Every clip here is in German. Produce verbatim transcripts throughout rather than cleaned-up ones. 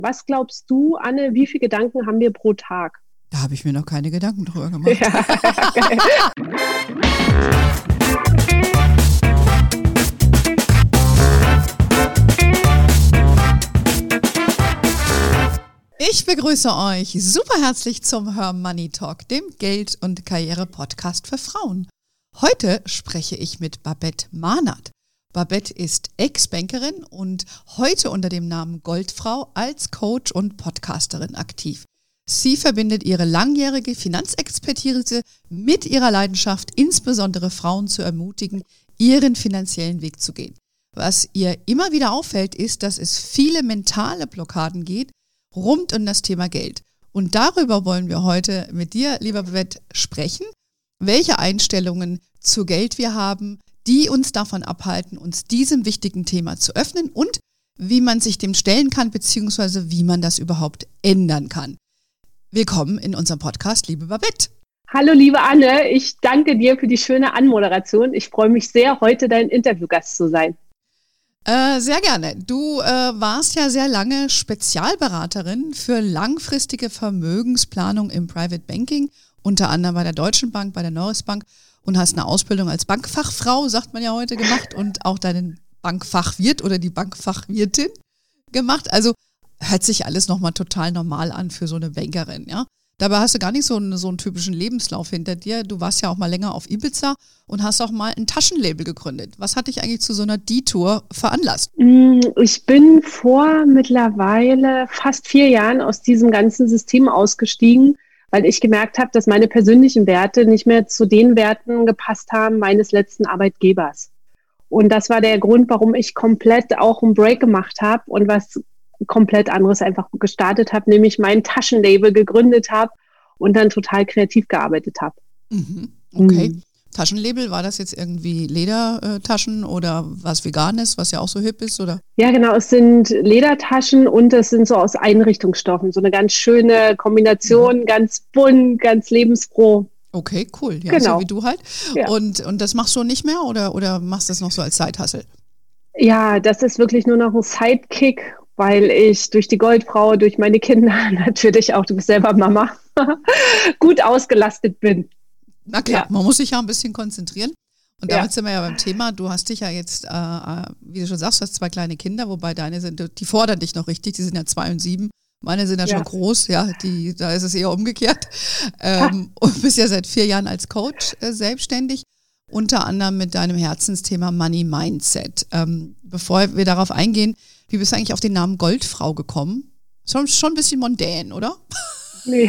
Was glaubst du, Anne, wie viele Gedanken haben wir pro Tag? Da habe ich mir noch keine Gedanken drüber gemacht. Ja, geil. Ich begrüße euch super herzlich zum Her Money Talk, dem Geld- und Karriere-Podcast für Frauen. Heute spreche ich mit Babette Mahnert. Babette ist Ex-Bankerin und heute unter dem Namen Goldfrau als Coach und Podcasterin aktiv. Sie verbindet ihre langjährige Finanzexpertise mit ihrer Leidenschaft, insbesondere Frauen zu ermutigen, ihren finanziellen Weg zu gehen. Was ihr immer wieder auffällt, ist, dass es viele mentale Blockaden gibt rund um das Thema Geld. Und darüber wollen wir heute mit dir, lieber Babette, sprechen, welche Einstellungen zu Geld wir haben, die uns davon abhalten, uns diesem wichtigen Thema zu öffnen und wie man sich dem stellen kann, beziehungsweise wie man das überhaupt ändern kann. Willkommen in unserem Podcast, liebe Babette. Hallo, liebe Anne. Ich danke dir für die schöne Anmoderation. Ich freue mich sehr, heute dein Interviewgast zu sein. Äh, sehr gerne. Du äh, warst ja sehr lange Spezialberaterin für langfristige Vermögensplanung im Private Banking, unter anderem bei der Deutschen Bank, bei der Norris Bank und hast eine Ausbildung als Bankfachfrau, sagt man ja heute, gemacht und auch deinen Bankfachwirt oder die Bankfachwirtin gemacht. Also hört sich alles nochmal total normal an für so eine Bankerin, ja. Dabei hast du gar nicht so einen, so einen typischen Lebenslauf hinter dir. Du warst ja auch mal länger auf Ibiza und hast auch mal ein Taschenlabel gegründet. Was hat dich eigentlich zu so einer Detour veranlasst? Ich bin vor mittlerweile fast vier Jahren aus diesem ganzen System ausgestiegen, weil ich gemerkt habe, dass meine persönlichen Werte nicht mehr zu den Werten gepasst haben meines letzten Arbeitgebers. Und das war der Grund, warum ich komplett auch einen Break gemacht habe und was komplett anderes einfach gestartet habe, nämlich mein Taschenlabel gegründet habe und dann total kreativ gearbeitet habe. Mhm. Okay. Mhm. Taschenlabel, war das jetzt irgendwie Ledertaschen oder was Veganes, was ja auch so hip ist, oder? Ja, genau, es sind Ledertaschen und es sind so aus Einrichtungsstoffen, so eine ganz schöne Kombination, mhm. ganz bunt, ganz lebensfroh. Okay, cool. Ja, genau. So wie du halt. Ja. Und, und das machst du nicht mehr oder, oder machst du das noch so als Side-Hustle? Ja, das ist wirklich nur noch ein Sidekick, weil ich durch die Goldfrau, durch meine Kinder natürlich auch, du bist selber Mama, gut ausgelastet bin. Na klar, ja. Man muss sich ja ein bisschen konzentrieren. Und damit ja. sind wir ja beim Thema. Du hast dich ja jetzt, äh, wie du schon sagst, du hast zwei kleine Kinder, wobei deine sind, die fordern dich noch richtig, die sind ja zwei und sieben. Meine sind ja, ja. schon groß, ja, die, da ist es eher umgekehrt. Ähm, und bist ja seit vier Jahren als Coach äh, selbstständig, unter anderem mit deinem Herzensthema Money Mindset. Ähm, bevor wir darauf eingehen, wie bist du eigentlich auf den Namen Goldfrau gekommen? Schon, schon ein bisschen mondän, oder? Nee.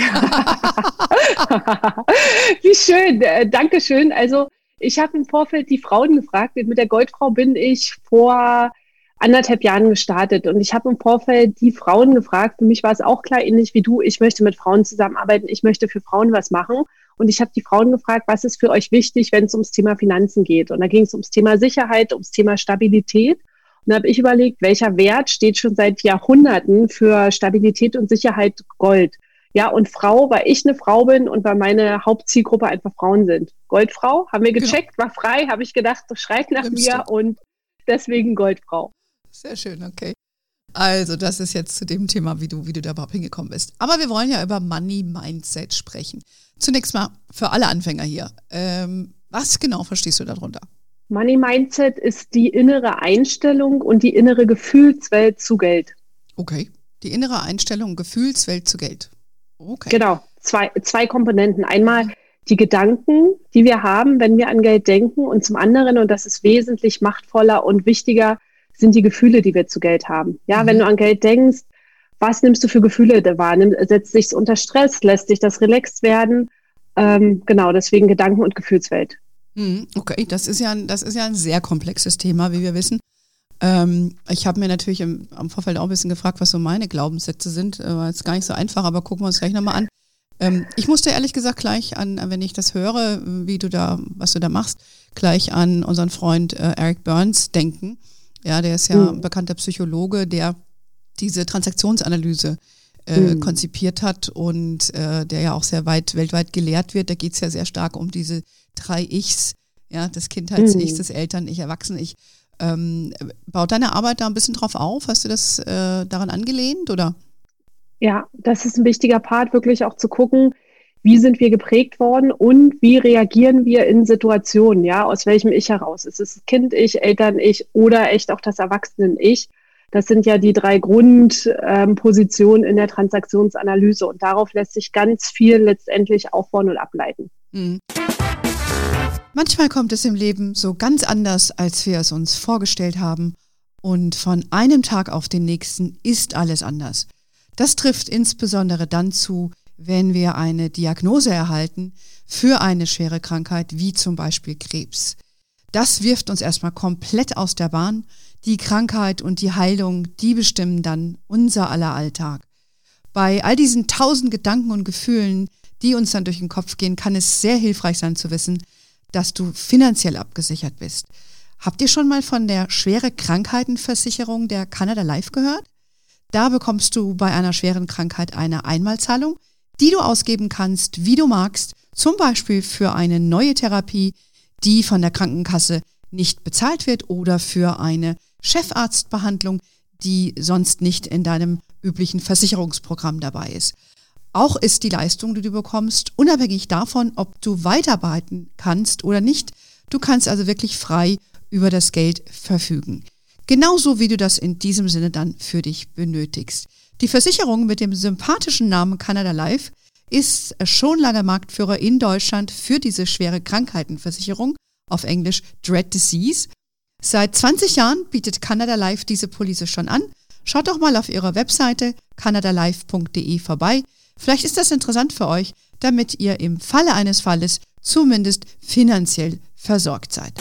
Wie schön, äh, danke schön. Also ich habe im Vorfeld die Frauen gefragt. Mit der Goldfrau bin ich vor anderthalb Jahren gestartet und ich habe im Vorfeld die Frauen gefragt. Für mich war es auch klar, ähnlich wie du, ich möchte mit Frauen zusammenarbeiten, ich möchte für Frauen was machen. Und ich habe die Frauen gefragt, was ist für euch wichtig, wenn es ums Thema Finanzen geht? Und da ging es ums Thema Sicherheit, ums Thema Stabilität. Und da habe ich überlegt, welcher Wert steht schon seit Jahrhunderten für Stabilität und Sicherheit? Gold. Ja, und Frau, weil ich eine Frau bin und weil meine Hauptzielgruppe einfach Frauen sind. Goldfrau, haben wir gecheckt, genau. War frei, habe ich gedacht, schreit nach Nimmst mir du. Und deswegen Goldfrau. Sehr schön, okay. Also das ist jetzt zu dem Thema, wie du, wie du da überhaupt hingekommen bist. Aber wir wollen ja über Money Mindset sprechen. Zunächst mal für alle Anfänger hier. Ähm, was genau verstehst du darunter? Money Mindset ist die innere Einstellung und die innere Gefühlswelt zu Geld. Okay, die innere Einstellung, Gefühlswelt zu Geld. Okay. Genau, zwei, zwei Komponenten. Einmal die Gedanken, die wir haben, wenn wir an Geld denken, und zum anderen, und das ist wesentlich machtvoller und wichtiger, sind die Gefühle, die wir zu Geld haben. Ja, mhm. Wenn du an Geld denkst, was nimmst du für Gefühle da wahr? Setzt dich unter Stress? Lässt dich das relaxed werden? Ähm, genau, deswegen Gedanken und Gefühlswelt. Okay, das ist ja ein, das ist ja ein sehr komplexes Thema, wie wir wissen. Ähm, ich habe mir natürlich im, am Vorfeld auch ein bisschen gefragt, was so meine Glaubenssätze sind. Äh, war jetzt gar nicht so einfach, aber gucken wir uns gleich nochmal an. Ähm, ich musste ehrlich gesagt gleich an, wenn ich das höre, wie du da, was du da machst, gleich an unseren Freund äh, Eric Burns denken. Ja, der ist ja ein mhm. bekannter Psychologe, der diese Transaktionsanalyse äh, mhm. konzipiert hat und äh, der ja auch sehr weit weltweit gelehrt wird. Da geht es ja sehr stark um diese drei Ichs, ja, das Kindheits-Ich, mhm. das Eltern-Ich, Erwachsenen-Ich. Ähm, baut deine Arbeit da ein bisschen drauf auf? Hast du das äh, daran angelehnt, oder? Ja, das ist ein wichtiger Part, wirklich auch zu gucken, wie sind wir geprägt worden und wie reagieren wir in Situationen, ja, aus welchem Ich heraus? Ist es Kind-Ich, Eltern-Ich oder echt auch das Erwachsenen-Ich? Das sind ja die drei Grundpositionen ähm, in der Transaktionsanalyse und darauf lässt sich ganz viel letztendlich aufbauen und ableiten. Mhm. Manchmal kommt es im Leben so ganz anders, als wir es uns vorgestellt haben und von einem Tag auf den nächsten ist alles anders. Das trifft insbesondere dann zu, wenn wir eine Diagnose erhalten für eine schwere Krankheit wie zum Beispiel Krebs. Das wirft uns erstmal komplett aus der Bahn. Die Krankheit und die Heilung, die bestimmen dann unser aller Alltag. Bei all diesen tausend Gedanken und Gefühlen, die uns dann durch den Kopf gehen, kann es sehr hilfreich sein zu wissen, dass du finanziell abgesichert bist. Habt ihr schon mal von der schwere Krankheitenversicherung der Canada Life gehört? Da bekommst du bei einer schweren Krankheit eine Einmalzahlung, die du ausgeben kannst, wie du magst, zum Beispiel für eine neue Therapie, die von der Krankenkasse nicht bezahlt wird oder für eine Chefarztbehandlung, die sonst nicht in deinem üblichen Versicherungsprogramm dabei ist. Auch ist die Leistung, die du bekommst, unabhängig davon, ob du weiterarbeiten kannst oder nicht. Du kannst also wirklich frei über das Geld verfügen. Genauso wie du das in diesem Sinne dann für dich benötigst. Die Versicherung mit dem sympathischen Namen Canada Life ist schon lange Marktführer in Deutschland für diese schwere Krankheitenversicherung, auf Englisch Dread Disease. Seit zwanzig Jahren bietet Canada Life diese Police schon an. Schaut doch mal auf ihrer Webseite canadalife punkt de vorbei. Vielleicht ist das interessant für euch, damit ihr im Falle eines Falles zumindest finanziell versorgt seid.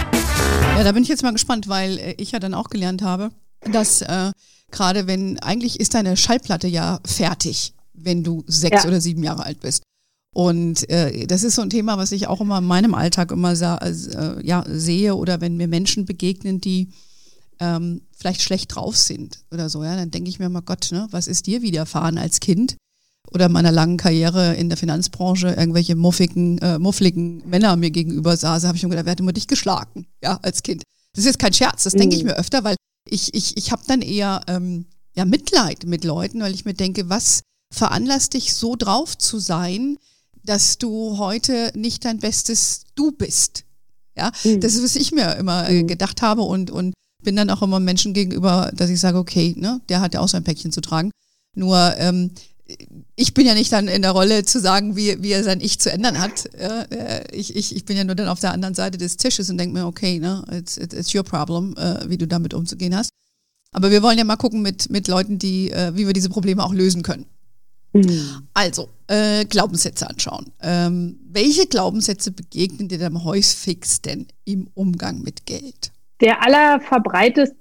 Ja, da bin ich jetzt mal gespannt, weil äh, ich ja dann auch gelernt habe, dass äh, gerade wenn, eigentlich ist deine Schallplatte ja fertig, wenn du sechs ja. oder sieben Jahre alt bist. Und äh, das ist so ein Thema, was ich auch immer in meinem Alltag immer sa- äh, ja, sehe oder wenn mir Menschen begegnen, die ähm, vielleicht schlecht drauf sind oder so, ja, dann denke ich mir immer, Gott, ne, was ist dir widerfahren als Kind? Oder meiner langen Karriere in der Finanzbranche irgendwelche muffigen, äh, muffligen Männer mir gegenüber saßen, habe ich mir gedacht, wer hat immer dich geschlagen, ja, als Kind. Das ist jetzt kein Scherz, das mhm. denke ich mir öfter, weil ich, ich, ich habe dann eher ähm, ja, Mitleid mit Leuten, weil ich mir denke, was veranlasst dich so drauf zu sein, dass du heute nicht dein bestes Du bist. Ja, mhm. das ist, was ich mir immer äh, gedacht habe und, und bin dann auch immer Menschen gegenüber, dass ich sage, okay, ne, der hat ja auch sein Päckchen zu tragen. Nur, ähm, ich bin ja nicht dann in der Rolle zu sagen, wie, wie er sein Ich zu ändern hat. Ja, ich, ich, ich bin ja nur dann auf der anderen Seite des Tisches und denke mir, okay, ne, it's, it's your problem, äh, wie du damit umzugehen hast. Aber wir wollen ja mal gucken mit, mit Leuten, die, äh, wie wir diese Probleme auch lösen können. Mhm. Also, äh, Glaubenssätze anschauen. Ähm, welche Glaubenssätze begegnen dir am häufigsten im Umgang mit Geld? Der allerverbreitetste,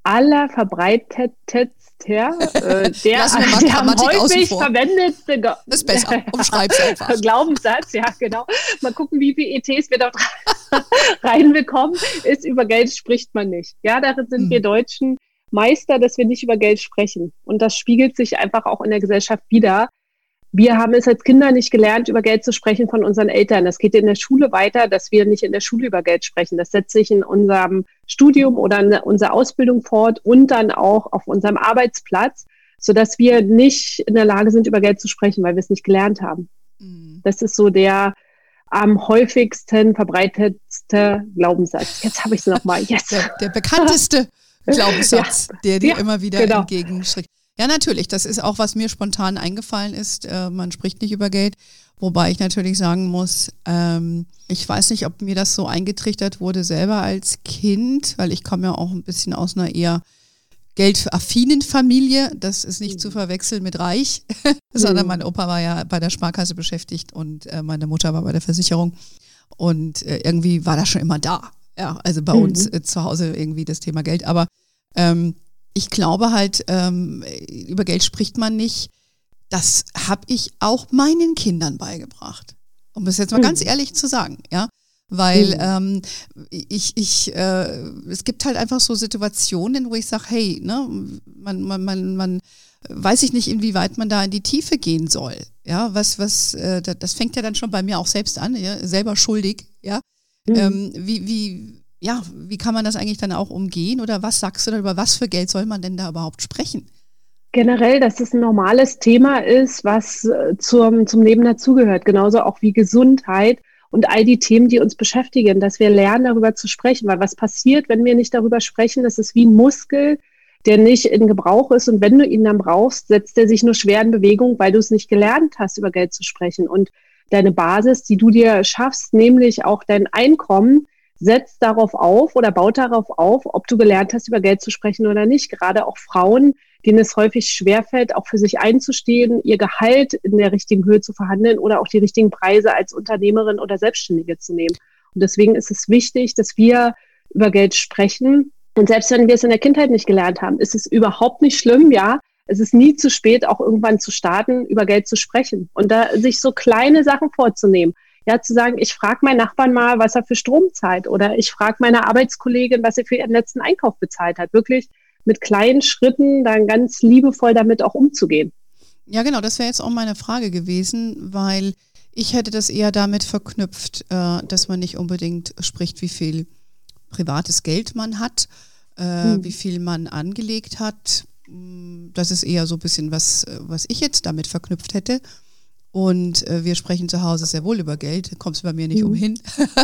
allerverbreitetste Ja, äh, der, der am häufig verwendetste Ge- ist besser, umschreib's einfach. Glaubenssatz, ja genau. Mal gucken, wie viele E Ts wir dort reinbekommen, ist, über Geld spricht man nicht. Ja, darin sind hm. wir Deutschen Meister, dass wir nicht über Geld sprechen. Und das spiegelt sich einfach auch in der Gesellschaft wider. Wir haben es als Kinder nicht gelernt, über Geld zu sprechen von unseren Eltern. Das geht in der Schule weiter, dass wir nicht in der Schule über Geld sprechen. Das setzt sich in unserem Studium oder in unserer Ausbildung fort und dann auch auf unserem Arbeitsplatz, sodass wir nicht in der Lage sind, über Geld zu sprechen, weil wir es nicht gelernt haben. Mhm. Das ist so der am häufigsten verbreitetste Glaubenssatz. Jetzt habe ich es nochmal. Yes. Der, der bekannteste Glaubenssatz, ja. der dir ja, immer wieder genau. entgegenschlägt. Ja, natürlich. Das ist auch, was mir spontan eingefallen ist. Äh, man spricht nicht über Geld. Wobei ich natürlich sagen muss, ähm, ich weiß nicht, ob mir das so eingetrichtert wurde selber als Kind, weil ich komme ja auch ein bisschen aus einer eher geldaffinen Familie. Das ist nicht mhm. zu verwechseln mit reich, sondern mein Opa war ja bei der Sparkasse beschäftigt und äh, meine Mutter war bei der Versicherung. Und äh, irgendwie war das schon immer da. Ja, also bei mhm. uns äh, zu Hause irgendwie das Thema Geld. Aber ähm, ich glaube halt, ähm, über Geld spricht man nicht. Das habe ich auch meinen Kindern beigebracht. Um es jetzt mal mhm. ganz ehrlich zu sagen, ja. Weil mhm. ähm, ich, ich, äh, es gibt halt einfach so Situationen, wo ich sage, hey, ne, man, man, man, man weiß ich nicht, inwieweit man da in die Tiefe gehen soll. Ja, was, was, äh, das fängt ja dann schon bei mir auch selbst an, ja, selber schuldig, ja. Mhm. Ähm, wie, wie, ja, wie kann man das eigentlich dann auch umgehen oder was sagst du da, über was für Geld soll man denn da überhaupt sprechen? Generell, dass es ein normales Thema ist, was äh, zum, zum Leben dazugehört, genauso auch wie Gesundheit und all die Themen, die uns beschäftigen, dass wir lernen, darüber zu sprechen. Weil was passiert, wenn wir nicht darüber sprechen? Das ist wie ein Muskel, der nicht in Gebrauch ist. Und wenn du ihn dann brauchst, setzt er sich nur schwer in Bewegung, weil du es nicht gelernt hast, über Geld zu sprechen. Und deine Basis, die du dir schaffst, nämlich auch dein Einkommen, setzt darauf auf oder baut darauf auf, ob du gelernt hast, über Geld zu sprechen oder nicht. Gerade auch Frauen, denen es häufig schwerfällt, auch für sich einzustehen, ihr Gehalt in der richtigen Höhe zu verhandeln oder auch die richtigen Preise als Unternehmerin oder Selbstständige zu nehmen. Und deswegen ist es wichtig, dass wir über Geld sprechen. Und selbst wenn wir es in der Kindheit nicht gelernt haben, ist es überhaupt nicht schlimm, ja. Es ist nie zu spät, auch irgendwann zu starten, über Geld zu sprechen und da sich so kleine Sachen vorzunehmen. Ja, zu sagen, ich frage meinen Nachbarn mal, was er für Strom zahlt oder ich frage meine Arbeitskollegin, was sie für ihren letzten Einkauf bezahlt hat. Wirklich mit kleinen Schritten dann ganz liebevoll damit auch umzugehen. Ja, genau, das wäre jetzt auch meine Frage gewesen, weil ich hätte das eher damit verknüpft, äh, dass man nicht unbedingt spricht, wie viel privates Geld man hat, äh, hm. wie viel man angelegt hat. Das ist eher so ein bisschen was, was ich jetzt damit verknüpft hätte. Und äh, wir sprechen zu Hause sehr wohl über Geld, da kommst du bei mir nicht mhm. umhin.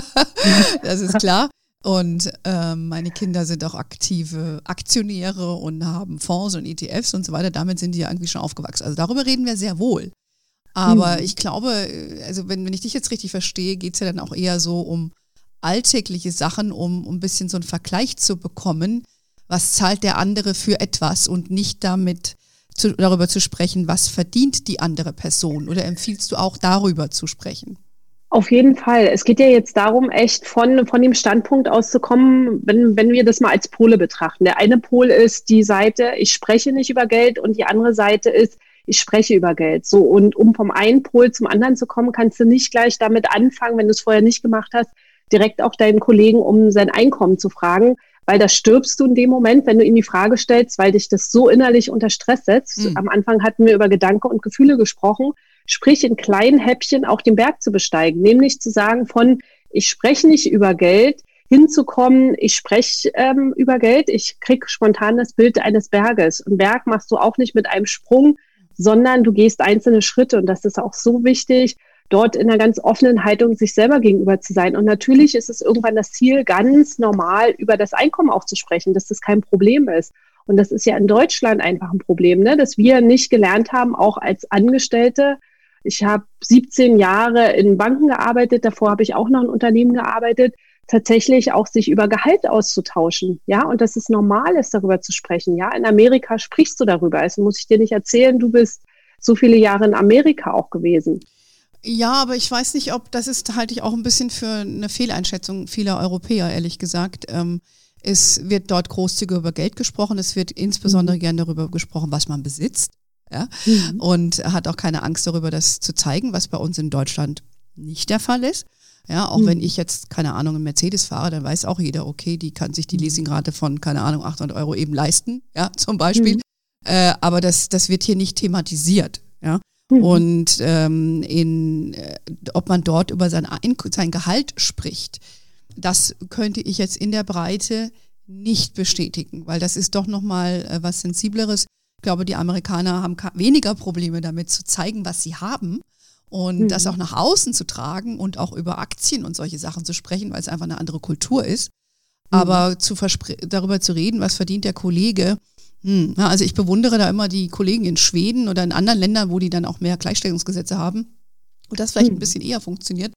Das ist klar. Und äh, meine Kinder sind auch aktive Aktionäre und haben Fonds und E T Fs und so weiter. Damit sind die ja irgendwie schon aufgewachsen. Also darüber reden wir sehr wohl. Aber mhm. ich glaube, also wenn, wenn ich dich jetzt richtig verstehe, geht es ja dann auch eher so um alltägliche Sachen, um, um ein bisschen so einen Vergleich zu bekommen. Was zahlt der andere für etwas und nicht damit Zu, darüber zu sprechen, was verdient die andere Person, oder empfiehlst du auch darüber zu sprechen? Auf jeden Fall. Es geht ja jetzt darum, echt von, von dem Standpunkt auszukommen, wenn, wenn wir das mal als Pole betrachten. Der eine Pol ist die Seite, ich spreche nicht über Geld, und die andere Seite ist, ich spreche über Geld. So, und um vom einen Pol zum anderen zu kommen, kannst du nicht gleich damit anfangen, wenn du es vorher nicht gemacht hast, direkt auch deinen Kollegen um sein Einkommen zu fragen, weil da stirbst du in dem Moment, wenn du ihm die Frage stellst, weil dich das so innerlich unter Stress setzt. Mhm. Am Anfang hatten wir über Gedanke und Gefühle gesprochen, sprich in kleinen Häppchen auch den Berg zu besteigen, nämlich zu sagen von, ich spreche nicht über Geld, hinzukommen, ich spreche ähm, über Geld, ich krieg spontan das Bild eines Berges. Und Berg machst du auch nicht mit einem Sprung, sondern du gehst einzelne Schritte, und das ist auch so wichtig, dort in einer ganz offenen Haltung sich selber gegenüber zu sein. Und natürlich ist es irgendwann das Ziel, ganz normal über das Einkommen auch zu sprechen, dass das kein Problem ist. Und das ist ja in Deutschland einfach ein Problem, ne? Dass wir nicht gelernt haben, auch als Angestellte. Ich habe siebzehn Jahre in Banken gearbeitet, davor habe ich auch noch in Unternehmen gearbeitet, tatsächlich auch sich über Gehalt auszutauschen. Ja, und dass es normal ist, darüber zu sprechen. Ja, in Amerika sprichst du darüber. Also muss ich dir nicht erzählen, du bist so viele Jahre in Amerika auch gewesen. Ja, aber ich weiß nicht, ob, das ist, halte ich auch ein bisschen für eine Fehleinschätzung vieler Europäer, ehrlich gesagt. Ähm, es wird dort großzügig über Geld gesprochen, es wird insbesondere mhm. gerne darüber gesprochen, was man besitzt. Ja? Mhm. Und hat auch keine Angst darüber, das zu zeigen, was bei uns in Deutschland nicht der Fall ist. Ja, auch mhm. wenn ich jetzt, keine Ahnung, einen Mercedes fahre, dann weiß auch jeder, okay, die kann sich die Leasingrate von, keine Ahnung, achthundert Euro eben leisten, ja, zum Beispiel. Mhm. Äh, aber das, das wird hier nicht thematisiert, ja. Mhm. Und ähm, in, äh, ob man dort über sein, sein Gehalt spricht, das könnte ich jetzt in der Breite nicht bestätigen, weil das ist doch nochmal äh, was Sensibleres. Ich glaube, die Amerikaner haben weniger Probleme damit zu zeigen, was sie haben und mhm. das auch nach außen zu tragen und auch über Aktien und solche Sachen zu sprechen, weil es einfach eine andere Kultur ist. Mhm. Aber zu darüber zu reden, was verdient der Kollege, Hm, ja, also ich bewundere da immer die Kollegen in Schweden oder in anderen Ländern, wo die dann auch mehr Gleichstellungsgesetze haben, wo das vielleicht hm. ein bisschen eher funktioniert.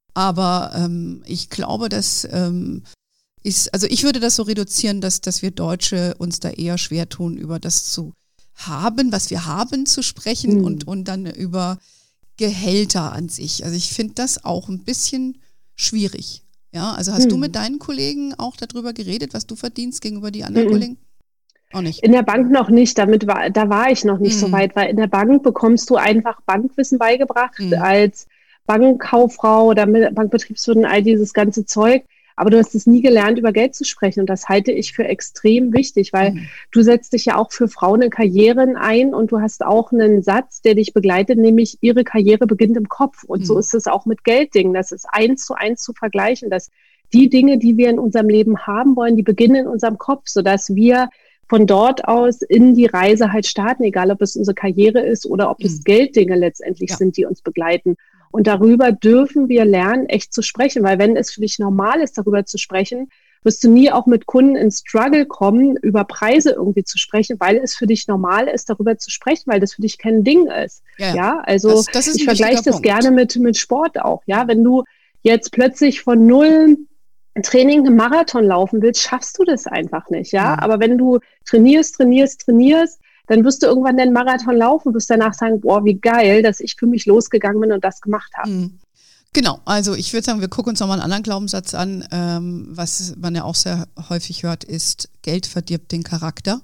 Aber ähm, ich glaube, dass ähm, ist, also ich würde das so reduzieren, dass, dass wir Deutsche uns da eher schwer tun, über das zu haben, was wir haben, zu sprechen hm. und, und dann über Gehälter an sich. Also ich finde das auch ein bisschen schwierig. Ja, also hast hm. du mit deinen Kollegen auch darüber geredet, was du verdienst gegenüber die anderen hm. Kollegen? Auch nicht. In der Bank noch nicht, damit war, da war ich noch nicht mhm. so weit, weil in der Bank bekommst du einfach Bankwissen beigebracht mhm. als Bankkauffrau oder Bankbetriebswirt und all dieses ganze Zeug. Aber du hast es nie gelernt, über Geld zu sprechen. Und das halte ich für extrem wichtig, weil mhm. du setzt dich ja auch für Frauen in Karrieren ein und du hast auch einen Satz, der dich begleitet, nämlich ihre Karriere beginnt im Kopf. Und mhm. so ist es auch mit Gelddingen. Das ist eins zu eins zu vergleichen, dass die Dinge, die wir in unserem Leben haben wollen, die beginnen in unserem Kopf, sodass wir von dort aus in die Reise halt starten, egal ob es unsere Karriere ist oder ob es mhm. Gelddinge letztendlich ja. sind, die uns begleiten. Und darüber dürfen wir lernen, echt zu sprechen, weil wenn es für dich normal ist, darüber zu sprechen, wirst du nie auch mit Kunden in Struggle kommen, über Preise irgendwie zu sprechen, weil es für dich normal ist, darüber zu sprechen, weil das für dich kein Ding ist. Ja, ja also das, das ist ich vergleiche das Punkt. gerne mit, mit Sport auch. Ja, wenn du jetzt plötzlich von null Training einen Marathon laufen willst, schaffst du das einfach nicht. Ja, mhm. aber wenn du trainierst, trainierst, trainierst, dann wirst du irgendwann den Marathon laufen, wirst danach sagen, boah, wie geil, dass ich für mich losgegangen bin und das gemacht habe. Mhm. Genau, also ich würde sagen, wir gucken uns nochmal einen anderen Glaubenssatz an, ähm, was man ja auch sehr häufig hört, ist, Geld verdirbt den Charakter.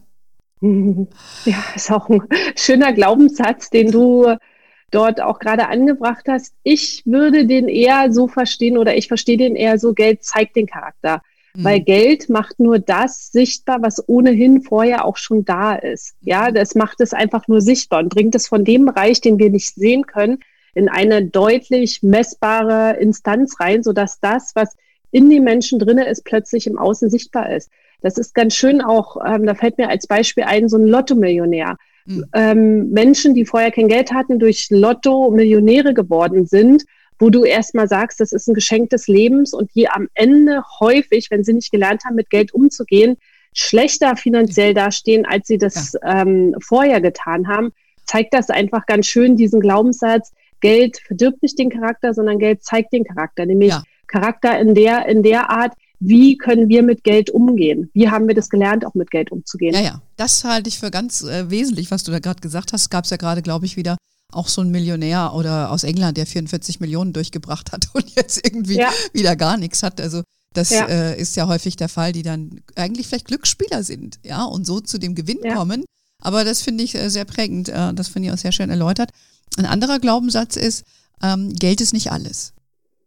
Ja, ist auch ein schöner Glaubenssatz, den du dort auch gerade angebracht hast. Ich würde den eher so verstehen oder ich verstehe den eher so, Geld zeigt den Charakter. Mhm. Weil Geld macht nur das sichtbar, was ohnehin vorher auch schon da ist. Ja, das macht es einfach nur sichtbar und bringt es von dem Bereich, den wir nicht sehen können, in eine deutlich messbare Instanz rein, sodass das, was in den Menschen drinne ist, plötzlich im Außen sichtbar ist. Das ist ganz schön auch, ähm, da fällt mir als Beispiel ein, so ein Lotto-Millionär. Mhm. Ähm, Menschen, die vorher kein Geld hatten, durch Lotto Millionäre geworden sind, wo du erstmal sagst, das ist ein Geschenk des Lebens und die am Ende häufig, wenn sie nicht gelernt haben, mit Geld umzugehen, schlechter finanziell dastehen, als sie das ja. ähm, vorher getan haben, zeigt das einfach ganz schön diesen Glaubenssatz, Geld verdirbt nicht den Charakter, sondern Geld zeigt den Charakter, nämlich ja. Charakter in der, in der Art, wie können wir mit Geld umgehen? Wie haben wir das gelernt, auch mit Geld umzugehen? Ja, ja, das halte ich für ganz äh, wesentlich, was du da gerade gesagt hast. Gab es ja gerade, glaube ich, wieder auch so ein Millionär oder aus England, der vierundvierzig Millionen durchgebracht hat und jetzt irgendwie ja. wieder gar nichts hat. Also das ja. Äh, ist ja häufig der Fall, die dann eigentlich vielleicht Glücksspieler sind, ja, und so zu dem Gewinn ja. kommen. Aber das finde ich äh, sehr prägend. Äh, das finde ich auch sehr schön erläutert. Ein anderer Glaubenssatz ist, ähm, Geld ist nicht alles.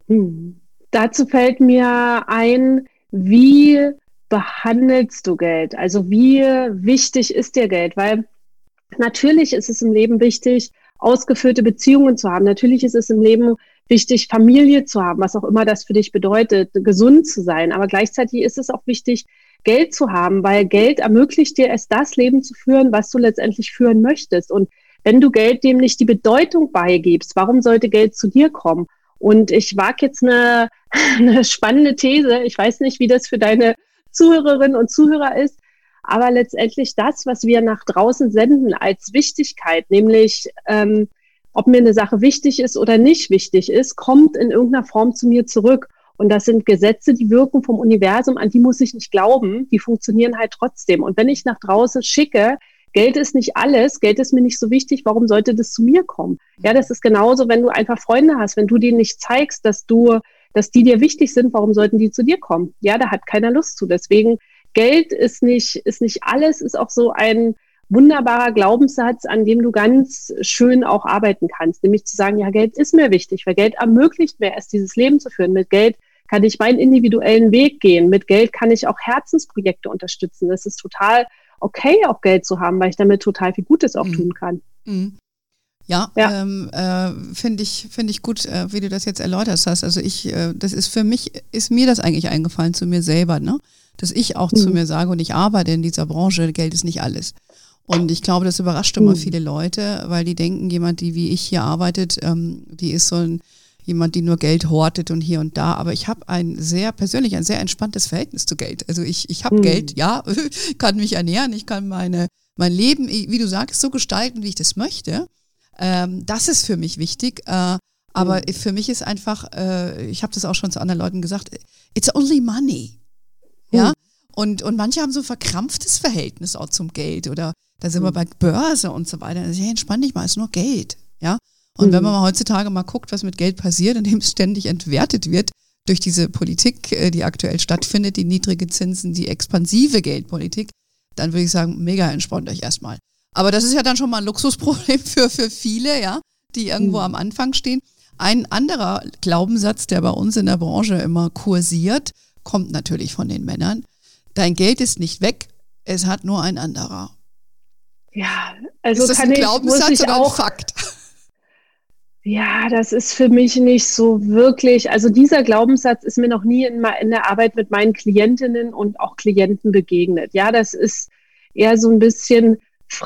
Hm. Dazu fällt mir ein, wie behandelst du Geld? Also wie wichtig ist dir Geld? Weil natürlich ist es im Leben wichtig, ausgeführte Beziehungen zu haben. Natürlich ist es im Leben wichtig, Familie zu haben, was auch immer das für dich bedeutet, gesund zu sein. Aber gleichzeitig ist es auch wichtig, Geld zu haben, weil Geld ermöglicht dir es, das Leben zu führen, was du letztendlich führen möchtest. Und wenn du Geld dem nicht die Bedeutung beigibst, warum sollte Geld zu dir kommen? Und ich wage jetzt eine, eine spannende These. Ich weiß nicht, wie das für deine Zuhörerinnen und Zuhörer ist, aber letztendlich das, was wir nach draußen senden als Wichtigkeit, nämlich ähm, ob mir eine Sache wichtig ist oder nicht wichtig ist, kommt in irgendeiner Form zu mir zurück. Und das sind Gesetze, die wirken vom Universum, an die muss ich nicht glauben, die funktionieren halt trotzdem. Und wenn ich nach draußen schicke, Geld ist nicht alles, Geld ist mir nicht so wichtig, warum sollte das zu mir kommen? Ja, das ist genauso, wenn du einfach Freunde hast, wenn du denen nicht zeigst, dass du, dass die dir wichtig sind, warum sollten die zu dir kommen? Ja, da hat keiner Lust zu. Deswegen, Geld ist nicht, ist nicht alles, ist auch so ein wunderbarer Glaubenssatz, an dem du ganz schön auch arbeiten kannst. Nämlich zu sagen, ja, Geld ist mir wichtig, weil Geld ermöglicht mir es, dieses Leben zu führen. Mit Geld kann ich meinen individuellen Weg gehen. Mit Geld kann ich auch Herzensprojekte unterstützen. Das ist total okay, auch Geld zu haben, weil ich damit total viel Gutes auch mhm. tun kann. Mhm. Ja, ja. Ähm, äh, finde ich, finde ich gut, äh, wie du das jetzt erläutert hast. Also ich, äh, das ist für mich, ist mir das eigentlich eingefallen zu mir selber, ne? Dass ich auch mhm. zu mir sage, und ich arbeite in dieser Branche, Geld ist nicht alles. Und ich glaube, das überrascht immer mhm. viele Leute, weil die denken, jemand, die wie ich hier arbeitet, ähm, die ist so ein jemand, die nur Geld hortet und hier und da. Aber ich habe ein sehr persönlich, ein sehr entspanntes Verhältnis zu Geld. Also ich, ich habe mhm. Geld, ja, kann mich ernähren, ich kann meine, mein Leben, wie du sagst, so gestalten, wie ich das möchte. Ähm, das ist für mich wichtig. Äh, aber mhm. für mich ist einfach, äh, ich habe das auch schon zu anderen Leuten gesagt, it's only money. Ja. Mhm. Und, und manche haben so ein verkrampftes Verhältnis auch zum Geld. Oder da sind mhm. wir bei Börse und so weiter. Also, hey, entspann dich mal, es ist nur Geld. Ja. Und mhm. wenn man mal heutzutage mal guckt, was mit Geld passiert, indem es ständig entwertet wird durch diese Politik, die aktuell stattfindet, die niedrige Zinsen, die expansive Geldpolitik, dann würde ich sagen, mega entspannt euch erstmal. Aber das ist ja dann schon mal ein Luxusproblem für, für viele, ja, die irgendwo mhm. am Anfang stehen. Ein anderer Glaubenssatz, der bei uns in der Branche immer kursiert, kommt natürlich von den Männern. Dein Geld ist nicht weg, es hat nur ein anderer. Ja, also ist das kann ein ich, Glaubenssatz muss ich oder auch, ein Fakt? Ja, das ist für mich nicht so wirklich, also dieser Glaubenssatz ist mir noch nie in, in der Arbeit mit meinen Klientinnen und auch Klienten begegnet. Ja, das ist eher so ein bisschen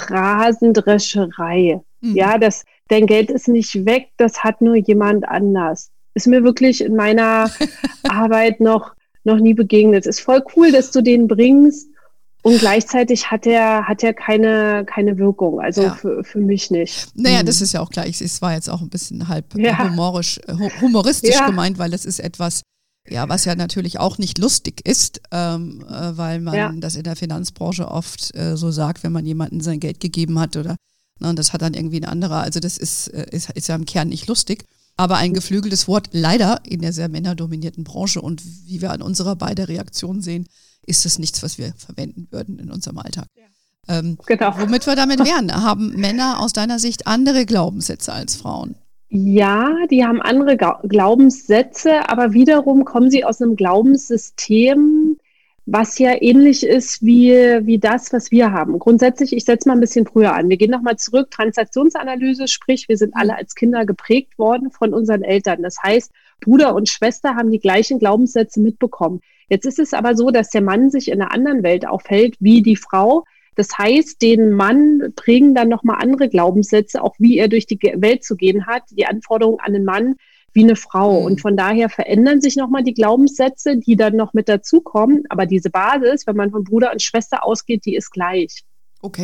Phrasendrescherei. Mhm. Ja, das, dein Geld ist nicht weg, das hat nur jemand anders. Ist mir wirklich in meiner Arbeit noch, noch nie begegnet. Ist voll cool, dass du den bringst. Und gleichzeitig hat er, hat er keine, keine Wirkung, also ja. für, für mich nicht. Naja, das ist ja auch gleich, es war jetzt auch ein bisschen halb ja. humorisch, humoristisch ja. gemeint, weil das ist etwas, ja, was ja natürlich auch nicht lustig ist, ähm, äh, weil man ja. das in der Finanzbranche oft äh, so sagt, wenn man jemandem sein Geld gegeben hat oder, na, und das hat dann irgendwie ein anderer, also das ist, ist, ist ja im Kern nicht lustig. Aber ein geflügeltes Wort, leider in der sehr männerdominierten Branche und wie wir an unserer beiden Reaktionen sehen, ist es nichts, was wir verwenden würden in unserem Alltag. Ja. Ähm, genau. Womit wir damit wären, haben Männer aus deiner Sicht andere Glaubenssätze als Frauen? Ja, die haben andere Glaubenssätze, aber wiederum kommen sie aus einem Glaubenssystem, was ja ähnlich ist wie, wie das, was wir haben. Grundsätzlich, ich setze mal ein bisschen früher an. Wir gehen nochmal zurück, Transaktionsanalyse, sprich, wir sind alle als Kinder geprägt worden von unseren Eltern. Das heißt, Bruder und Schwester haben die gleichen Glaubenssätze mitbekommen. Jetzt ist es aber so, dass der Mann sich in einer anderen Welt aufhält wie die Frau. Das heißt, den Mann prägen dann nochmal andere Glaubenssätze, auch wie er durch die Welt zu gehen hat, die Anforderungen an den Mann wie eine Frau. Mhm. Und von daher verändern sich nochmal die Glaubenssätze, die dann noch mit dazukommen. Aber diese Basis, wenn man von Bruder und Schwester ausgeht, die ist gleich. Okay.